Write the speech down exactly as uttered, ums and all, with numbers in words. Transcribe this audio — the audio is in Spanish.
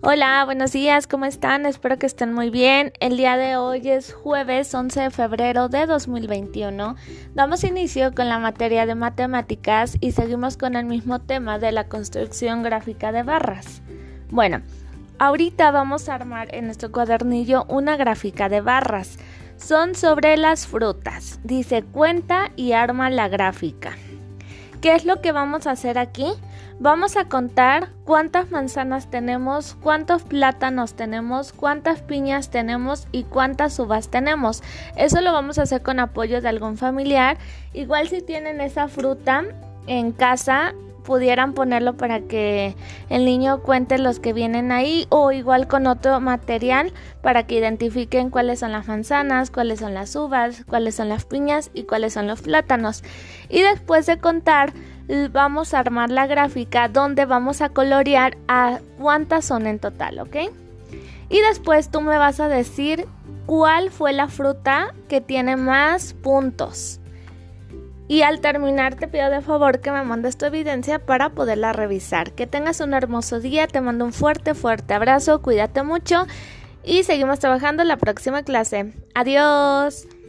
Hola, buenos días, ¿cómo están? Espero que estén muy bien. El día de hoy es jueves once de febrero de dos mil veintiuno. Damos inicio con la materia de matemáticas y seguimos con el mismo tema de la construcción gráfica de barras. Bueno, ahorita vamos a armar en nuestro cuadernillo una gráfica de barras. Son sobre las frutas. Dice cuenta y arma la gráfica. ¿Qué es lo que vamos a hacer aquí? Vamos a contar cuántas manzanas tenemos, cuántos plátanos tenemos, cuántas piñas tenemos y cuántas uvas tenemos. Eso lo vamos a hacer con apoyo de algún familiar. Igual si tienen esa fruta en casa, pudieran ponerlo para que el niño cuente los que vienen ahí, o igual con otro material para que identifiquen cuáles son las manzanas, cuáles son las uvas, cuáles son las piñas y cuáles son los plátanos. Y después de contar, vamos a armar la gráfica donde vamos a colorear a cuántas son en total, ¿ok? Y después tú me vas a decir cuál fue la fruta que tiene más puntos. Y al terminar te pido de favor que me mandes tu evidencia para poderla revisar. Que tengas un hermoso día, te mando un fuerte, fuerte abrazo, cuídate mucho y seguimos trabajando en la próxima clase. Adiós.